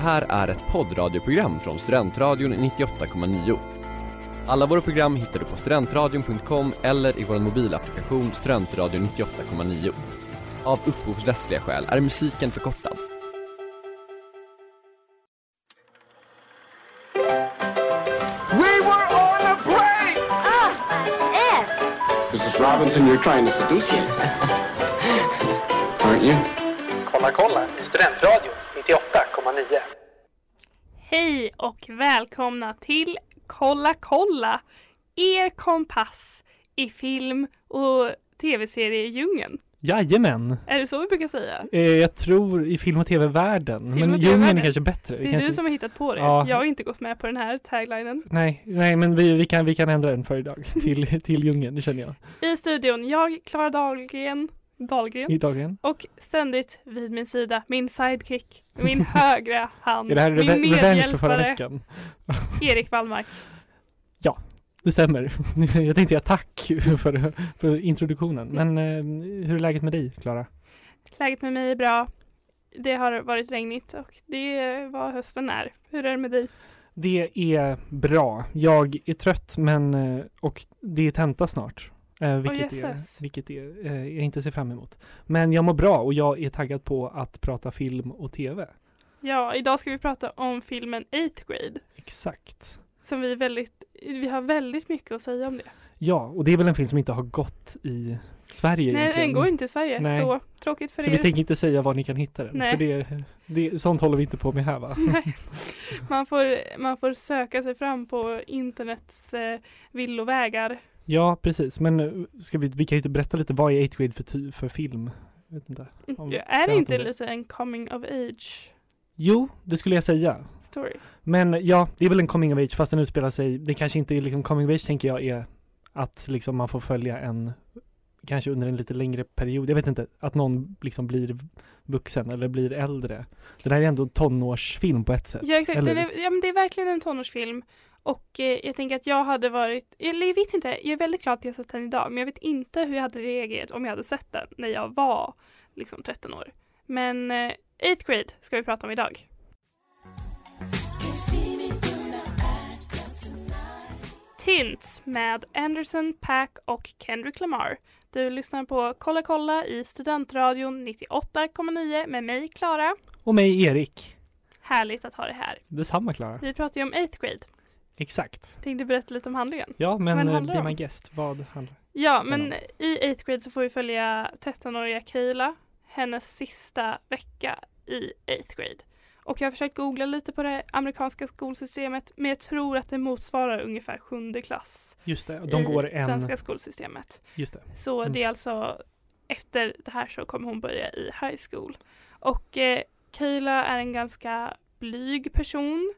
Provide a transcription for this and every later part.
här är ett poddradioprogram från Studentradion 98,9. Alla våra program hittar du på studentradion.com eller i vår mobilapplikation Studentradion 98,9. Av upphovsrättsliga skäl är musiken förkortad. We were on a break! Ed! Mrs. Robinson, you're trying to seduce me. Aren't you? Kolla i Studentradion 98,9. Hej och välkomna till Kolla, er kompass i film- och tv-seriedjungeln. Jajamän. Är det så vi brukar säga? Jag tror i film- och tv-världen. Film- Men och djungeln TV-världen. är kanske bättre. Det är kanske... du som har hittat på det. Ja. Jag har inte gått med på den här taglinen. Nej, men vi kan ändra den för idag. till djungeln, det känner jag. I studion, jag, Klara Dahlgren. I dagen. Och ständigt vid min sida, min sidekick, min högra hand, Är det här min revenge för förra medhjälpare, veckan? Erik Wallmark. Det stämmer. Jag tänkte säga tack för introduktionen. Men hur är läget med dig, Klara? Läget med mig är bra. Det har varit regnigt och det är vad hösten är. Hur är det med dig? Det är bra. Jag är trött och det är tenta snart. Vilket jag inte ser fram emot. Men jag mår bra och jag är taggad på att prata film och tv. Ja, idag ska vi prata om filmen 8th Grade. Exakt. Som vi har väldigt mycket att säga om det. Ja, och det är väl en film som inte har gått i Sverige. Nej, egentligen. den går inte i Sverige. Nej. Så tråkigt för så er. vi tänker inte säga var ni kan hitta den. Nej. För sånt håller vi inte på med här, va? Nej. Man får söka sig fram på internets villovägar. Ja, precis. Men vi kan ju inte berätta lite vad är 8th Grade för film? Jag vet inte. Är det inte lite en coming of age Jo, det skulle jag säga. story? Men ja, det är väl en coming of age fast den utspelar sig, det kanske inte är liksom coming of age tänker jag är att liksom man får följa kanske under en lite längre period, jag vet inte, att någon liksom blir vuxen eller blir äldre. Det där är ändå en tonårsfilm på ett sätt. Ja, exakt. Eller? Men det är verkligen en tonårsfilm. Och jag tänker att jag hade varit, eller jag vet inte, jag är väldigt glad att jag sett den idag, men jag vet inte hur jag hade reagerat om jag hade sett den när jag var liksom 13 år. Men 8th Grade ska vi prata om idag. Tints med Anderson .Paak och Kendrick Lamar. Du lyssnar på Kolla i Studentradion 98,9 med mig, Klara. Och mig, Erik. Härligt att ha det här. Detsamma, Klara. Vi pratar ju om 8th Grade. Exakt. Tänkte berätta lite om handlingen. Ja, men handlar be om? my guest. Vad handlar? Ja, men i 8th Grade så får vi följa 13-åriga Kayla, hennes sista vecka i 8th Grade. Och jag har försökt googla lite på det amerikanska skolsystemet, men jag tror att det motsvarar ungefär 7:e klass. Just det, de går i svenska skolsystemet. Just det. Så det är alltså, efter det här så kommer hon börja i high school. Och Kayla är en ganska blyg person.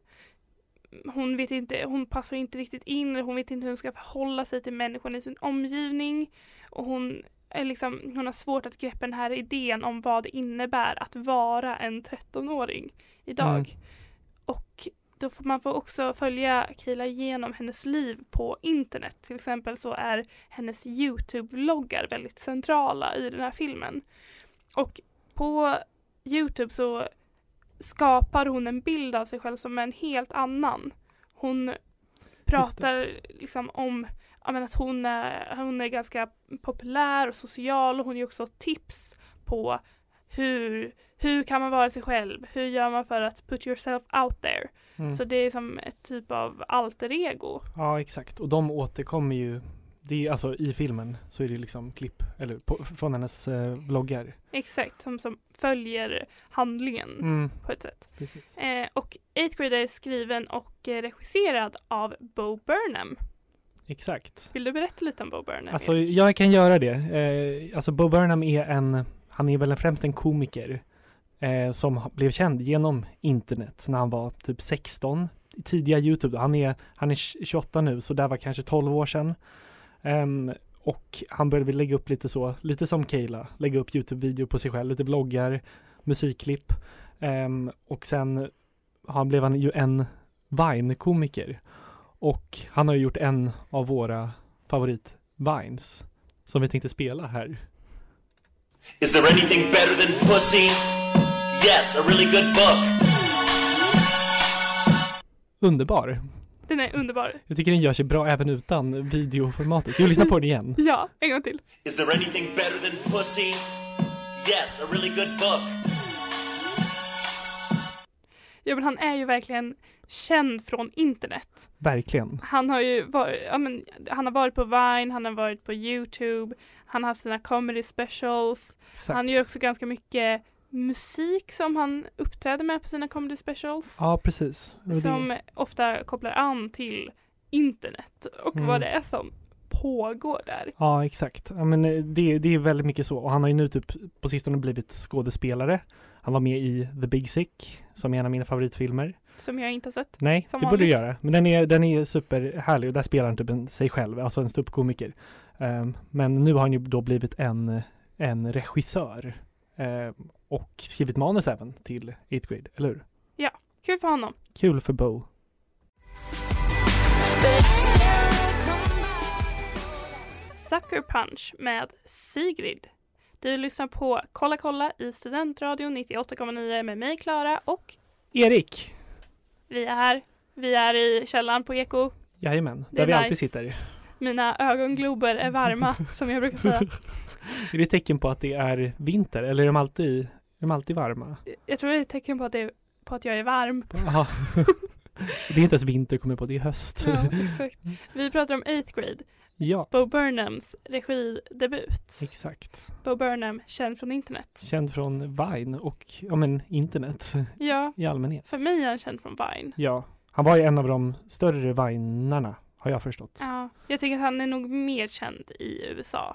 Hon passar inte riktigt in, hon vet inte hur hon ska förhålla sig till människorna i sin omgivning. Och hon har svårt att greppa den här idén om vad det innebär att vara en 13-åring idag. Mm. Och då får man också följa Kayla genom hennes liv på internet. Till exempel så är hennes YouTube-vloggar väldigt centrala i den här filmen. Och på YouTube så skapar hon en bild av sig själv som är en helt annan. Hon pratar liksom om att hon är ganska populär och social, och hon ger också tips på hur kan man vara sig själv? Hur gör man för att put yourself out there? Mm. Så det är som ett typ av alter ego. Ja, exakt. Och de återkommer ju, alltså i filmen så är det liksom klipp från hennes vloggar. Exakt, som följer handlingen på ett sätt. Precis. Och 8th Grade är skriven och regisserad av Bo Burnham. Exakt. Vill du berätta lite om Bo Burnham? Alltså Erik? jag kan göra det. Alltså Bo Burnham han är väl främst en komiker som blev känd genom internet när han var typ 16. Tidiga YouTube. Han är 28 nu, så där var kanske 12 år sedan. Och han började lägga upp lite som Kayla, lägga upp YouTube-videor på sig själv, lite vloggar, musikklipp. Och sen blev han ju en Vine-komiker. Och han har ju gjort en av våra favorit-Vines som vi tänkte spela här. Is there anything better than pussy? Yes, a really good book. underbar. Den är underbar. Jag tycker den gör sig bra även utan videoformatet. Jag vill lyssna på den igen. Ja, en gång till. Is there anything better than pussy? Yes, a really good book. Ja, men han är ju verkligen känd från internet. Verkligen. Han har ju varit, han har varit på Vine, han har varit på YouTube, han har haft sina comedy specials. Exakt. Han gör också ganska mycket musik som han uppträder med på sina comedy specials. Ja, precis. Och Som ofta kopplar an till internet och vad det är som pågår där. Ja, exakt. Ja, men det är väldigt mycket så. Och han har ju nu typ på sistone blivit skådespelare. Han var med i The Big Sick, som är en av mina favoritfilmer. Som jag inte har sett. Nej, som det borde du vanligt. göra. Men den är superhärlig och där spelar han typ sig själv, alltså en ståuppkomiker. Men nu har han ju då blivit en regissör och skrivit manus även till 8th grade, eller hur? Ja, kul för honom. Kul för Bo. Sucker Punch med Sigrid. Du lyssnar på Kolla kolla i Studentradion 98,9 med mig Klara och Erik! vi är här. Vi är i källaren på Eko. Jajamän, Det där är vi alltid nice. sitter. Mina ögonglober är varma som jag brukar säga. Är det ett tecken på att det är vinter eller är de alltid varma? Jag tror det är ett tecken på att jag är varm. Aha. Det är inte ens vinter, kommer jag på, det är höst. Ja, exakt. Vi pratar om 8th grade. Ja, Bo Burnhams regidebut. exakt. Bo Burnham, känd från internet. Känd från Vine och internet Ja, i allmänhet. för mig är han känd från Vine. Ja, han var ju en av de större Vinarna, har jag förstått. Ja, jag tycker att han är nog mer känd i USA.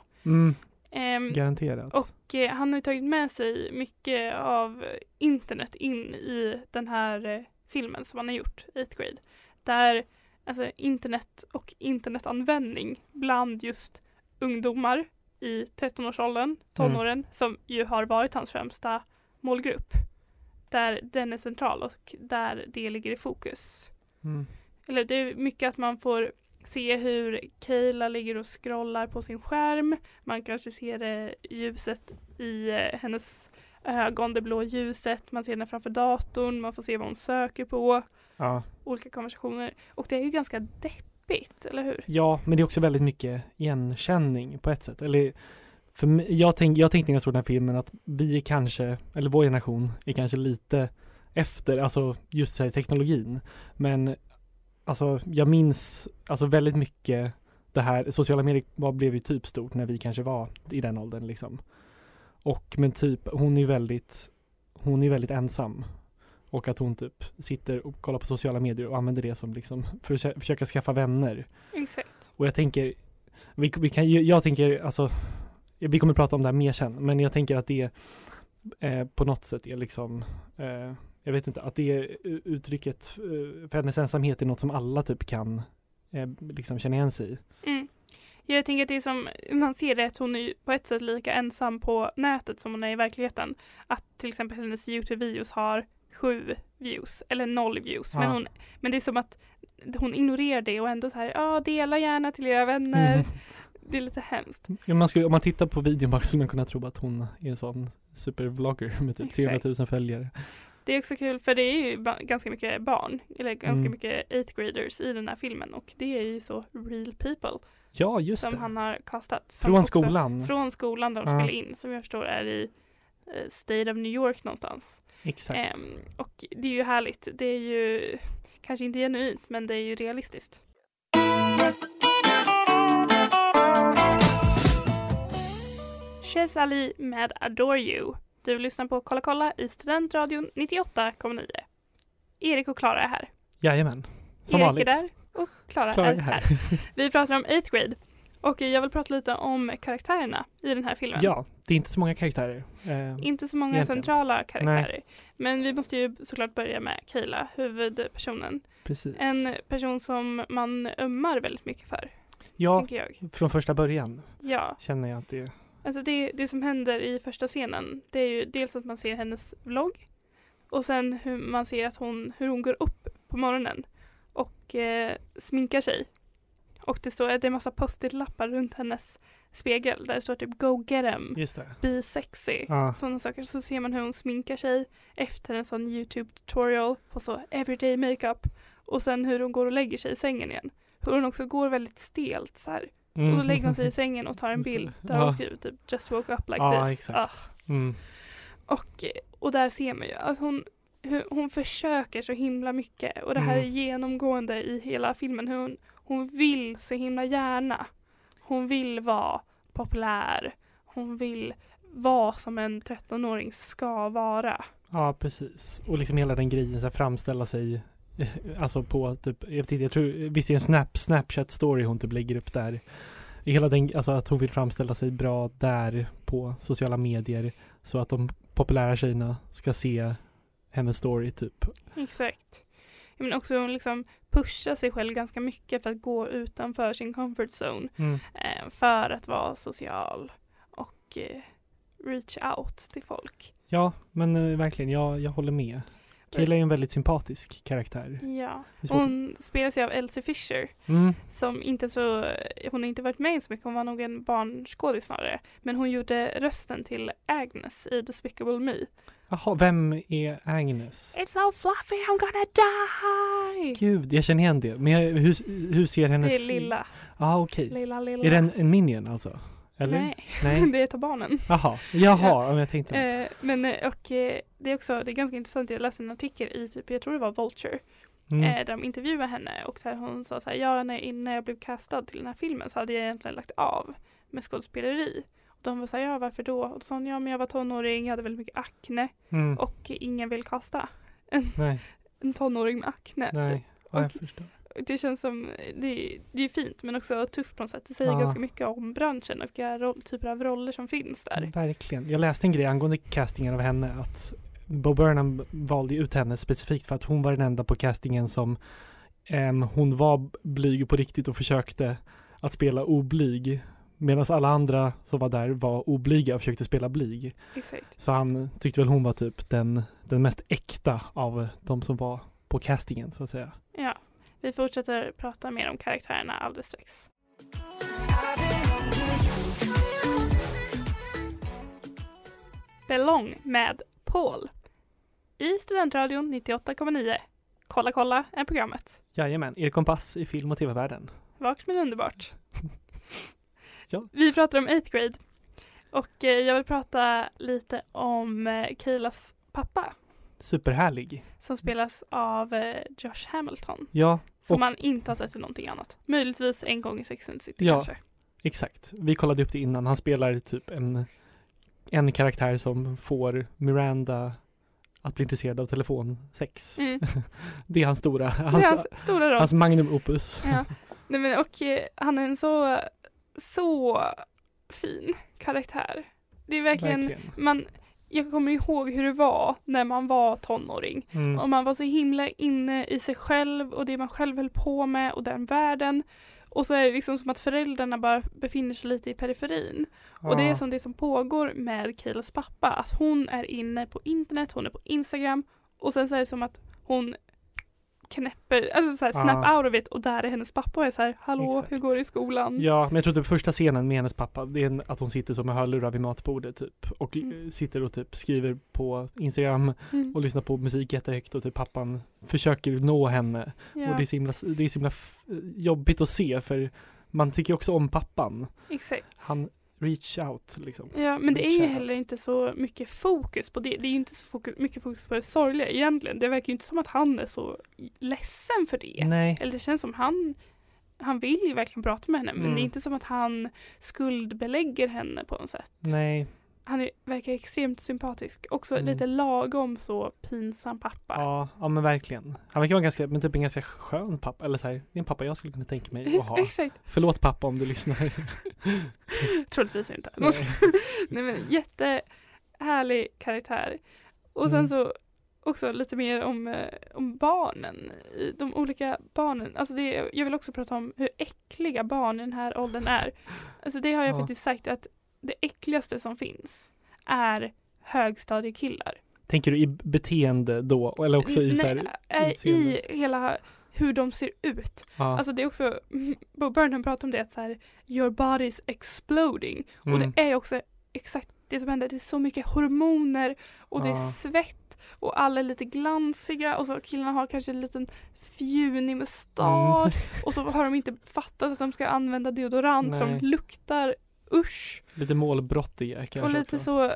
Garanterat. Och han har ju tagit med sig mycket av internet in i den här filmen som han har gjort, 8th grade. Där alltså internet och internetanvändning bland just ungdomar i 13-årsåldern, tonåren, som ju har varit hans främsta målgrupp. Där den är central och där det ligger i fokus. Eller det är mycket att man får se hur Kayla ligger och scrollar på sin skärm. Man kanske ser det ljuset i hennes ögon, det blå ljuset. Man ser henne framför datorn. Man får se vad hon söker på. Ja. Olika konversationer. Och det är ju ganska deppigt, eller hur? Ja, men det är också väldigt mycket igenkänning på ett sätt. Eller, för mig, jag tänkte när jag såg den här filmen att vi är kanske, eller vår generation är kanske lite efter, alltså just så här, teknologin. Men alltså jag minns alltså väldigt mycket det här, sociala medier blev ju typ stort när vi kanske var i den åldern liksom. Och men typ hon är väldigt ensam och att hon typ sitter och kollar på sociala medier och använder det som liksom för att försöka skaffa vänner. Exakt. Och jag tänker jag tänker alltså vi kommer prata om det här mer sen, men jag tänker att det på något sätt är liksom jag vet inte, att det uttrycket för hennes ensamhet är något som alla typ kan liksom känna igen sig i. Jag tänker att det är som, man ser det att hon är på ett sätt lika ensam på nätet som hon är i verkligheten. Att till exempel hennes YouTube-videos har 7 views eller 0 views. Ja. Men det är som att hon ignorerar det och ändå så här, dela gärna till era vänner. Det är lite hemskt. Ja, om man tittar på videon skulle man kunna tro att hon är en sån supervlogger med typ 300 000 följare. Det är också kul för det är ju ganska mycket barn eller ganska mycket 8th graders i den här filmen och det är ju så real people. Ja, just som det. han har kastat. Från skolan. Från skolan där de spelar in, som jag förstår är i State of New York någonstans. Exakt. Och det är ju härligt. Det är ju kanske inte genuint, men det är ju realistiskt. Chess Ali med Adore You. Du lyssnar på Kolla kolla i Studentradion 98,9. Erik och Klara är här. Jajamän. Som Erik vanligt. är där och Klara är här. Vi pratar om 8th grade. Och jag vill prata lite om karaktärerna i den här filmen. Ja, det är inte så många karaktärer. Inte så många egentligen. Centrala karaktärer. Nej. Men vi måste ju såklart börja med Kayla, huvudpersonen. Precis. En person som man ömmar väldigt mycket för, ja, tänker jag. från första början Ja. känner jag att det... Alltså det som händer i första scenen, det är ju dels att man ser hennes vlogg och sen hur man ser att hur hon går upp på morgonen och sminkar sig. Och det är en massa post-it-lappar runt hennes spegel där det står typ go get 'em, Just det. be sexy, sådana saker. Så ser man hur hon sminkar sig efter en sån YouTube-tutorial på så everyday makeup Och sen hur hon går och lägger sig i sängen igen. Hur hon också går väldigt stelt så här. Och så lägger hon sig i sängen och tar en bild där hon skriver typ just woke up like this. Exakt. Och där ser man ju att hon försöker så himla mycket. Och det här är genomgående i hela filmen. Hon vill så himla gärna. Hon vill vara populär. Hon vill vara som en 13-åring ska vara. Ja, precis. Och liksom hela den grejen, så här, framställa sig alltså på typ, jag tror visst är en Snapchat story hon typ lägger upp där. Hela den, alltså att hon vill framställa sig bra där på sociala medier så att de populära tjejerna ska se hennes story typ. Exakt. Men också hon liksom pushar sig själv ganska mycket för att gå utanför sin comfort zone. För att vara social och reach out till folk. Ja, men verkligen, jag håller med. Kayla är en väldigt sympatisk karaktär. Ja, hon spelas ju av Elsie Fisher. Som inte hon har inte varit med så mycket, hon var nog en barnskådis snarare. Men hon gjorde rösten till Agnes i Despicable Me. Jaha, vem är Agnes? It's so fluffy, I'm gonna die! Gud, jag känner igen det. Men hur ser hennes... Det är Lilla. Okej. Lilla. Är det en minion alltså? Eller? Nej. Det är ett av barnen. Jaha, om jag tänkte. Det är ganska intressant. Jag läste en artikel i typ, jag tror det var Vulture. Där de intervjuade henne och där hon sa så här, när jag blev castad till den här filmen så hade jag egentligen lagt av med skådespeleri. Och de var så här, varför då? Och då sa hon, men jag var tonåring, jag hade väldigt mycket akne och ingen vill kasta en tonåring med akne. Nej, jag förstår. Det känns som, det är fint men också tufft på något sätt. Det säger ganska mycket om branschen och vilka typer av roller som finns där. Verkligen. Jag läste en grej angående castingen av henne att Bo Burnham valde ut henne specifikt för att hon var den enda på castingen som hon var blyg på riktigt och försökte att spela oblyg. Medan alla andra som var där var oblyga och försökte spela blyg. Exakt. Så han tyckte väl hon var typ den mest äkta av de som var på castingen så att säga. Ja. Vi fortsätter prata mer om karaktärerna alldeles strax. Belong med Paul. I Studentradion 98,9. Kolla är programmet. Jajamän, er kompass i film- och tv-världen. Vakt men underbart. Ja. Vi pratar om 8th grade. Och jag vill prata lite om Kaylas pappa. Superhärlig. Som spelas av Josh Hamilton. Ja. Som man inte har sett i någonting annat. Möjligtvis en gång i Sex and the City kanske. Exakt. Vi kollade upp det innan. Han spelar typ en karaktär som får Miranda att bli intresserad av telefonsex. Det är hans stora roll. Hans magnum opus. Ja. Nej, men, och han är en så fin karaktär. Det är verkligen. Jag kommer ihåg hur det var när man var tonåring. Och man var så himla inne i sig själv och det man själv höll på med och den världen. Och så är det liksom som att föräldrarna bara befinner sig lite i periferin. Och det är som det som pågår med Kaylas pappa. Att hon är inne på internet, hon är på Instagram. Och sen så är det som att hon knäpper, alltså så här, snap out of it och där är hennes pappa och är så här, hallå, exakt. Hur går det i skolan? Ja, men jag tror typ första scenen med hennes pappa, det är att hon sitter som med hörlurar vid matbordet typ och sitter och typ skriver på Instagram och lyssnar på musik jättehögt och typ pappan försöker nå henne. Ja. Och det är så himla jobbigt att se för man tycker också om pappan. Exakt. Han reach out liksom. Ja, men det är ju heller inte så mycket fokus på det. Det är ju inte så mycket fokus på det sorgliga egentligen. Det verkar ju inte som att han är så ledsen för det. Nej. Eller det känns som han vill ju verkligen prata med henne. Men det är inte som att han skuldbelägger henne på något sätt. Nej. Han verkar extremt sympatisk. Också lite lagom så pinsam pappa. Ja, men verkligen. Han verkar vara en ganska skön pappa. Eller så här, det är en pappa jag skulle kunna tänka mig att ha. Exakt. Förlåt pappa om du lyssnar. Troligtvis inte. Nej, men jättehärlig karaktär. Och sen så också lite mer om barnen. De olika barnen. Alltså jag vill också prata om hur äckliga barn i den här åldern är. Alltså det har jag faktiskt sagt att det äckligaste som finns är högstadiekillar. Tänker du i beteende då? Eller också i så här, i hela hur de ser ut. Ja. Alltså det är också, Bo Burnham pratar om det att så här, your body's exploding. Och det är också exakt det som händer, det är så mycket hormoner och det är svett och alla är lite glansiga och så killarna har kanske en liten fjunig mustasch och så har de inte fattat att de ska använda deodorant som luktar usch. Lite målbrottiga kanske. Och lite också. så,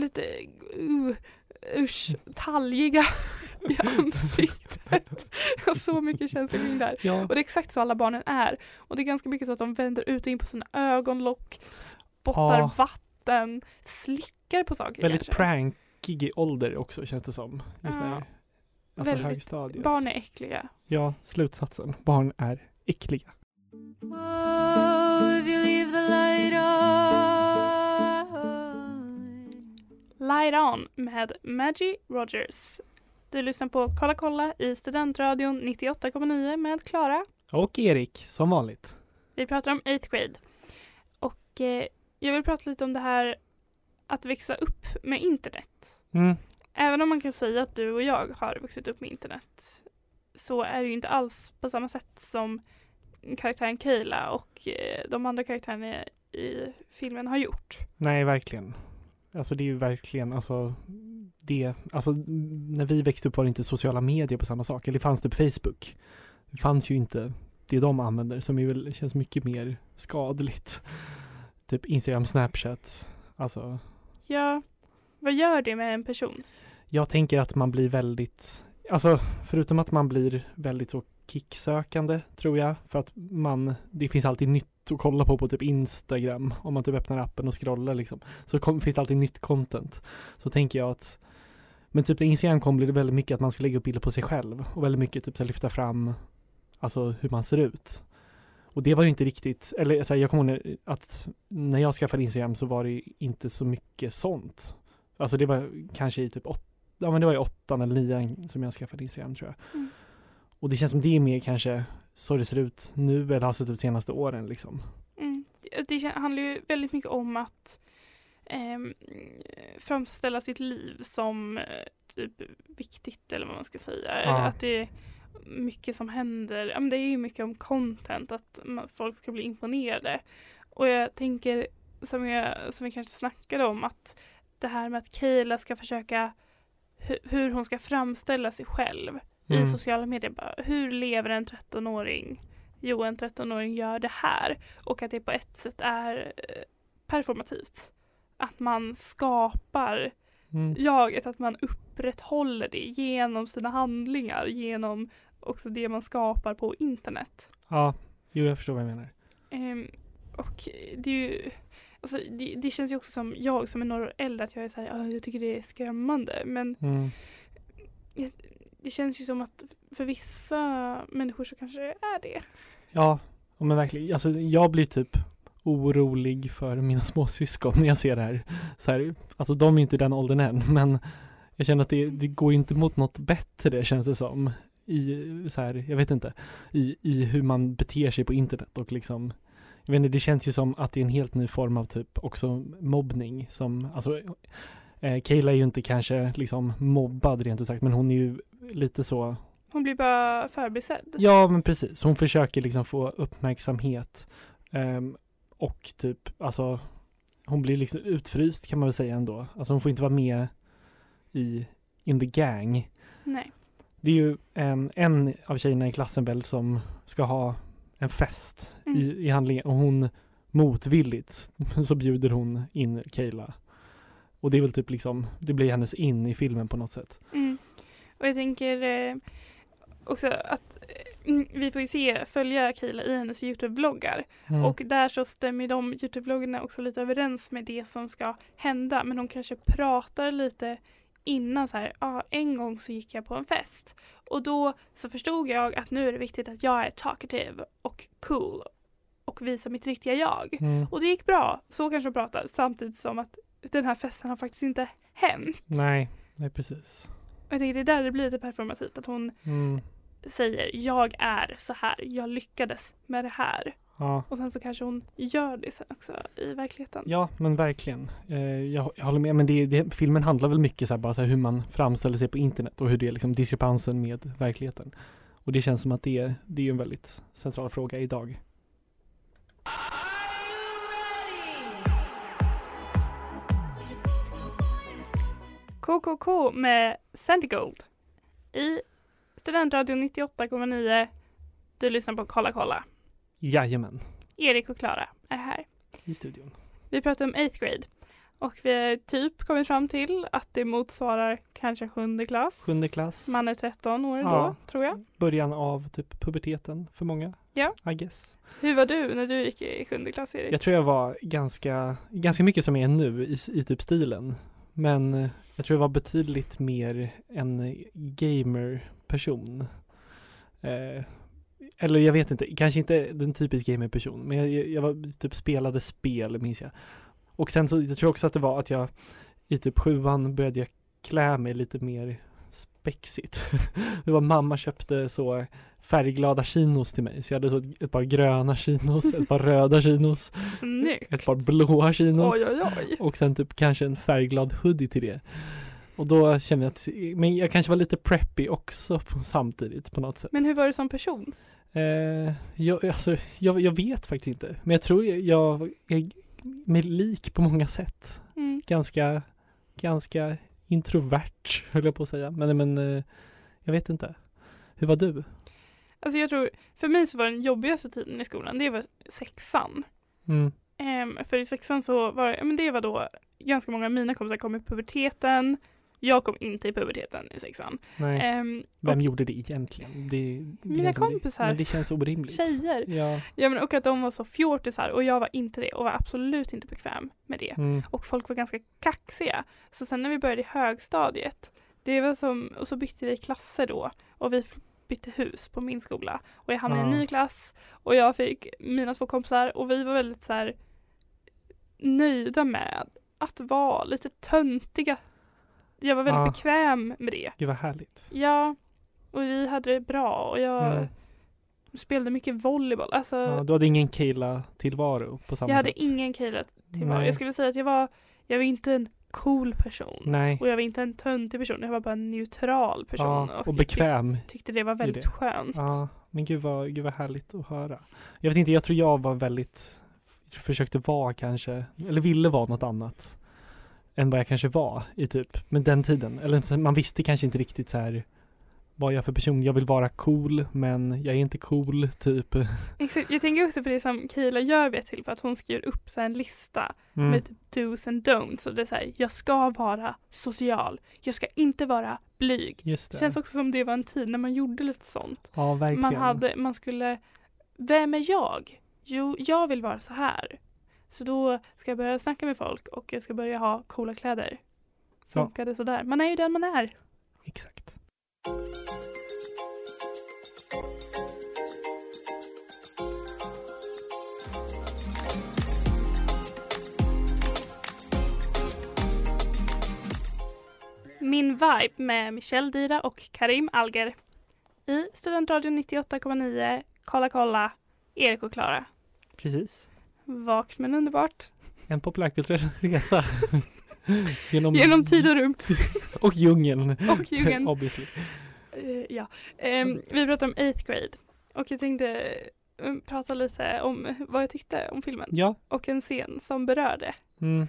talgiga i ansiktet. Jag har så mycket känslor kring där. Ja. Och det är exakt så alla barnen är. Och det är ganska mycket så att de vänder ut och in på sina ögonlock, spottar vatten, slickar på saker. Väldigt kanske. prankig ålder också känns det som. Just där. Alltså väldigt, högstadiet. barn är äckliga. Ja, slutsatsen. Barn är äckliga. Oh, if you leave the light Light On med Maggie Rogers. Du lyssnar på Kolla kolla i Studentradion 98,9 med Klara. Och Erik, som vanligt. Vi pratar om 8th grade. Och jag vill prata lite om det här att växa upp med internet. Även om man kan säga att du och jag har vuxit upp med internet så är det ju inte alls på samma sätt som karaktären Kayla och de andra karaktärerna i filmen har gjort. Nej, verkligen. Alltså det är ju verkligen, alltså när vi växte upp var det inte sociala medier på samma sak. Eller fanns det på Facebook? Det fanns ju inte det de använder som ju väl känns mycket mer skadligt. Typ Instagram, Snapchat. Alltså. Ja, vad gör det med en person? Jag tänker att man blir väldigt, alltså förutom att man blir väldigt så kicksökande tror jag. För att det finns alltid nytt att kolla på typ Instagram. Om man typ öppnar appen och scrollar liksom. Så finns det alltid nytt content. Så tänker jag att, men typ när Instagram kom blir det väldigt mycket att man ska lägga upp bilder på sig själv. Och väldigt mycket typ så lyfta fram alltså hur man ser ut. Och det var ju inte riktigt, eller så här, jag kommer ihåg att när jag skaffade Instagram så var det inte så mycket sånt. Alltså det var kanske i typ 8 eller 9 som jag skaffade Instagram tror jag. Och det känns som det är mer kanske så det ser ut nu eller har sett ut de senaste åren liksom. Det handlar ju väldigt mycket om att framställa sitt liv som typ viktigt eller vad man ska säga. Eller att det är mycket som händer. Ja, men det är ju mycket om content, att folk ska bli imponerade. Och jag tänker, som vi kanske snackade om, att det här med att Kayla ska försöka hur hon ska framställa sig själv i sociala medier. Bara, hur lever en 13-åring? Jo, en 13-åring gör det här. Och att det på ett sätt är performativt. Att man skapar jaget, att man upprätthåller det genom sina handlingar, genom också det man skapar på internet. Ja, jag förstår vad jag menar. Och det är ju, alltså det känns ju också som jag som är några år äldre att jag är så här, jag tycker det är skrämmande, men det känns ju som att för vissa människor så kanske det är det. Ja, men verkligen. Alltså jag blir typ orolig för mina små syskon när jag ser det här. Så här, alltså de är inte den åldern än, men jag känner att det går ju inte mot något bättre, känns det som. I så här, jag vet inte, i hur man beter sig på internet och liksom, jag vet inte, det känns ju som att det är en helt ny form av typ också mobbning som, alltså Kayla är ju inte kanske liksom mobbad rent ut sagt, men hon är ju lite så, hon blir bara förbisedd. Ja, men precis. Hon försöker liksom få uppmärksamhet och typ, alltså hon blir liksom utfryst kan man väl säga ändå. Alltså hon får inte vara med in the gang. Nej. Det är ju en av tjejerna i klassen väl som ska ha en fest i handlingen, och hon motvilligt så bjuder hon in Kayla. Och det är väl typ liksom, det blir hennes in i filmen på något sätt. Och jag tänker också att vi får ju följa Kayla i hennes YouTube-vloggar. Och där så stämmer de YouTube-vloggarna också lite överens med det som ska hända. Men de kanske pratar lite innan så här, en gång så gick jag på en fest. Och då så förstod jag att nu är det viktigt att jag är talkative och cool och visar mitt riktiga jag. Och det gick bra, så kanske de pratar, samtidigt som att den här festen har faktiskt inte hänt. Nej precis. Och jag tänker det är där det blir lite performativt, att hon säger, jag är så här, jag lyckades med det här. Ja. Och sen så kanske hon gör det sen också i verkligheten. Ja, men verkligen. Jag håller med, men filmen handlar väl mycket så här, bara så här, hur man framställer sig på internet och hur det är liksom diskrepansen med verkligheten. Och det känns som att det är en väldigt central fråga idag. KKK med Centigold i Studentradion 98,9. Du lyssnar på Kolla. Jajamän, Erik och Klara är här. i studion. Vi pratar om 8th grade och vi har typ kommit fram till att det motsvarar kanske 7:e klass. 7:e klass. Man är 13 år Ja. då, tror jag. Början av typ puberteten för många. Ja. I guess. Hur var du när du gick i 7:e klass, Erik? Jag tror jag var ganska mycket som jag är nu i typ stilen. Men jag tror jag var betydligt mer en gamer-person. Eller jag vet inte, kanske inte den typisk gamer-person. Men jag var typ spelade spel, minns jag. Och sen så, jag tror också att det var att jag i typ 7:an började jag klä mig lite mer spexigt. Det var mamma köpte så färgglada chinos till mig. Så jag hade så ett par gröna chinos, ett par röda chinos, Snyggt! ett par blåa chinos. Oj. Och sen typ kanske en färgglad hoodie till det. Och då kände jag att, men jag kanske var lite preppy också samtidigt på något sätt. Men hur var du som person? Jag vet faktiskt inte. Men jag tror jag är mig lik på många sätt. Mm. Ganska introvert, höll jag på att säga. Men jag vet inte. Hur var du? Alltså jag tror, för mig så var den jobbigaste tiden i skolan, det var 6:an. Mm. För i 6:an så det var då ganska många av mina kompisar kom i puberteten. Jag kom inte i puberteten i 6:an. Nej. Vem och gjorde det egentligen? Det mina känns som kompisar. Men det känns orimligt. Tjejer. Ja. Men och att de var så fjortisar och jag var inte det och var absolut inte bekväm med det. Mm. Och folk var ganska kaxiga. Så sen när vi började i högstadiet, det var och så bytte vi klasser då och vi bytte hus på min skola och jag hamnade i en ny klass och jag fick mina 2 kompisar och vi var väldigt så här nöjda med att vara lite töntiga. Jag var väldigt bekväm med det. Det var härligt. Ja, och vi hade det bra och jag spelade mycket volleyboll. Alltså, Ja, du hade ingen Kayla-tillvaro på samma jag sätt? hade ingen Kayla-tillvaro. Nej. Jag skulle säga att jag var inte en cool person. Nej. Och jag var inte en töntig person. Jag var bara en neutral person. Ja, och bekväm. Jag tyckte det var väldigt det. skönt. Ja, men gud vad härligt att höra. Jag vet inte, jag tror jag var väldigt, försökte vara kanske, eller ville vara något annat än vad jag kanske var i typ, men den tiden. Eller man visste kanske inte riktigt så här vad jag är för person. Jag vill vara cool, men jag är inte cool, typ. Exakt. Jag tänker också på det som Kayla gör vid till för att hon skriver upp så här en lista med typ do's and don'ts. Och det är så här, jag ska vara social. Jag ska inte vara blyg. Just det. Det känns också som det var en tid när man gjorde lite sånt. Ja, verkligen. Man skulle, vem är jag? Jo, jag vill vara så här. Så då ska jag börja snacka med folk och jag ska börja ha coola kläder. Funkar det sådär? Man är ju den man är. Exakt. Min vibe med Michelle Dira och Karim Alger. I Studentradion 98,9. Kolla. Erik och Klara. Precis. Vakt men underbart. En populärkulturell resa. Genom tid och rum. och djungeln. Och djungeln. Obviously. Vi pratar om 8th grade. Och jag tänkte prata lite om vad jag tyckte om filmen. Ja. Och en scen som berörde. Mm.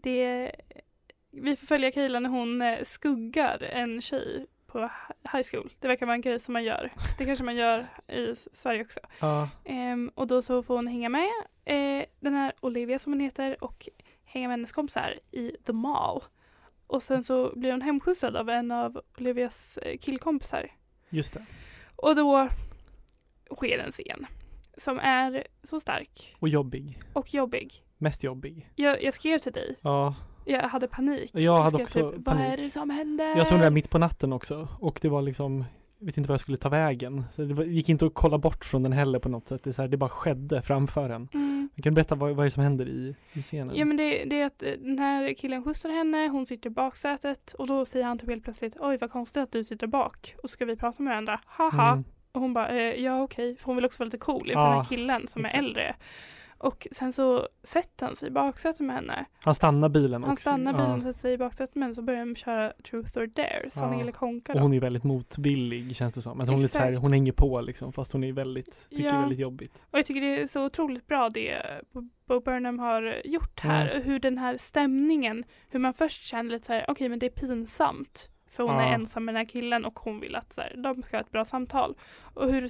Vi får följa Kayla när hon skuggar en tjej på high school. Det verkar vara en grej som man gör. Det kanske man gör i Sverige också. Ja. Och då så får hon hänga med den här Olivia som hon heter och hänga med hennes kompisar i The Mall. Och sen så blir hon hemskjutsad av en av Olivias killkompisar. Just det. Och då sker en scen som är så stark. Och jobbig. Och jobbig. Mest jobbig. Jag skrev till dig. Ja. Jag hade panik. Jag hade också typ, panik. vad är det som händer? Jag såg det där mitt på natten också. Och det var liksom, jag vet inte vad jag skulle ta vägen. Så det gick inte att kolla bort från den heller på något sätt. Det, är så här, det bara skedde framför en. Kan du berätta vad är det som händer i scenen? Ja men det är att den här killen skjutsar henne. Hon sitter i baksätet. Och då säger han typ helt plötsligt, oj vad konstigt att du sitter bak. Och ska vi prata med varandra? Haha. Och hon bara, ja okej. För hon vill också vara lite cool inför den här killen som är äldre. Och sen så sätter han sig i baksätet med henne. Han stannar bilen också. Han stannar bilen och sätter sig i baksätet med henne, så börjar de köra Truth or Dare, sanning eller konka. Och hon är väldigt motvillig, känns det som. Men hon är lite så här, hon hänger på liksom, fast hon är väldigt, tycker det är väldigt jobbigt. Och jag tycker det är så otroligt bra det Bo Burnham har gjort här. Hur den här stämningen, hur man först känner lite så här, okej, men det är pinsamt. För hon är ensam med den här killen och hon vill att så här, de ska ha ett bra samtal. Och hur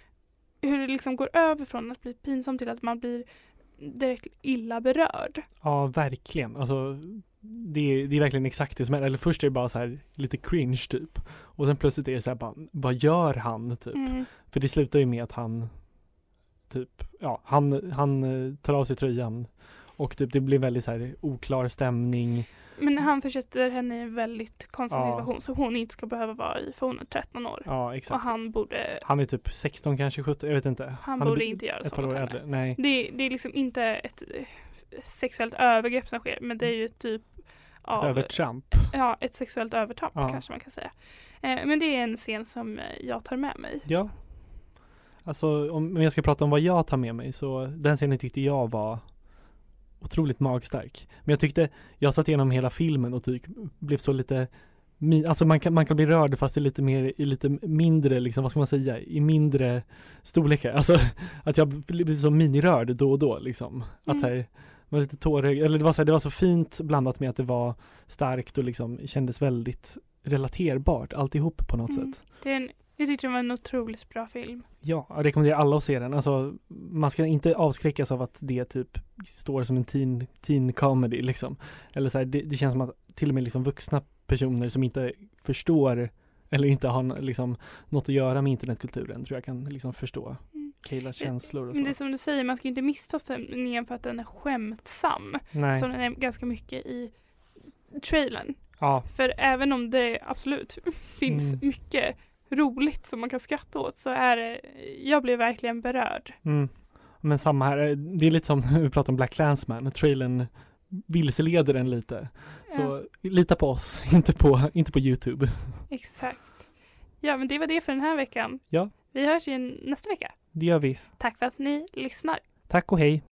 det liksom går över från att bli pinsamt till att man blir direkt illa berörd. Ja, verkligen. Alltså, det är verkligen exakt det som är. Eller först är det bara så här lite cringe typ. Och sen plötsligt är det så här bara, vad gör han typ? För det slutar ju med att han typ, han tar av sig tröjan. Och typ det blir väldigt så här oklar stämning. Men han försätter henne i en väldigt konstig situation, så hon inte ska behöva vara i, för hon är 13 år. Ja, exakt. Och han är typ 16 kanske, 17, jag vet inte. Han borde inte göra så mot henne. Nej. Det är liksom inte ett sexuellt övergrepp som sker, men det är ju typ ett övertramp. Ja, ett sexuellt övertramp kanske man kan säga. Men det är en scen som jag tar med mig. Ja. Alltså, om jag ska prata om vad jag tar med mig, så den scenen tyckte jag var otroligt magstark. Men jag satt igenom hela filmen och blev så lite alltså man kan bli rörd fast i lite mindre liksom, vad ska man säga, i mindre storlekar. Alltså att jag blev så minirörd då och då liksom. Att så här, var lite tårögd, eller det var så fint blandat med att det var starkt och liksom kändes väldigt relaterbart alltihop på något sätt. Jag tyckte det var en otroligt bra film. Ja, jag rekommenderar alla att se den. Alltså, man ska inte avskräckas av att det typ står som en teen comedy liksom. Eller så här, det känns som att till och med liksom vuxna personer som inte förstår eller inte har liksom något att göra med internetkulturen tror jag kan liksom förstå Kaylas känslor och så. Men det är som du säger, man ska inte missa stämningen för att den är skämtsam. Nej. Som den är ganska mycket i trailern. Ja. För även om det absolut finns mycket roligt som man kan skratta åt, så är det, jag blev verkligen berörd. Men samma här, det är lite som vi pratar om Black Klansman, trailern vilseleder den lite. Så lita på oss, inte på YouTube. Exakt. Ja, men det var det för den här veckan. Ja. Vi hörs igen nästa vecka. Det gör vi. Tack för att ni lyssnar. Tack och hej.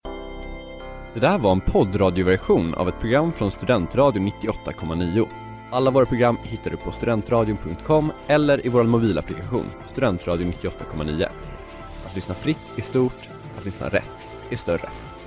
Det där var en poddradioversion av ett program från Studentradion 98,9. Alla våra program hittar du på studentradion.com eller i vår mobilapplikation Studentradion 98,9. Att lyssna fritt är stort, att lyssna rätt är större.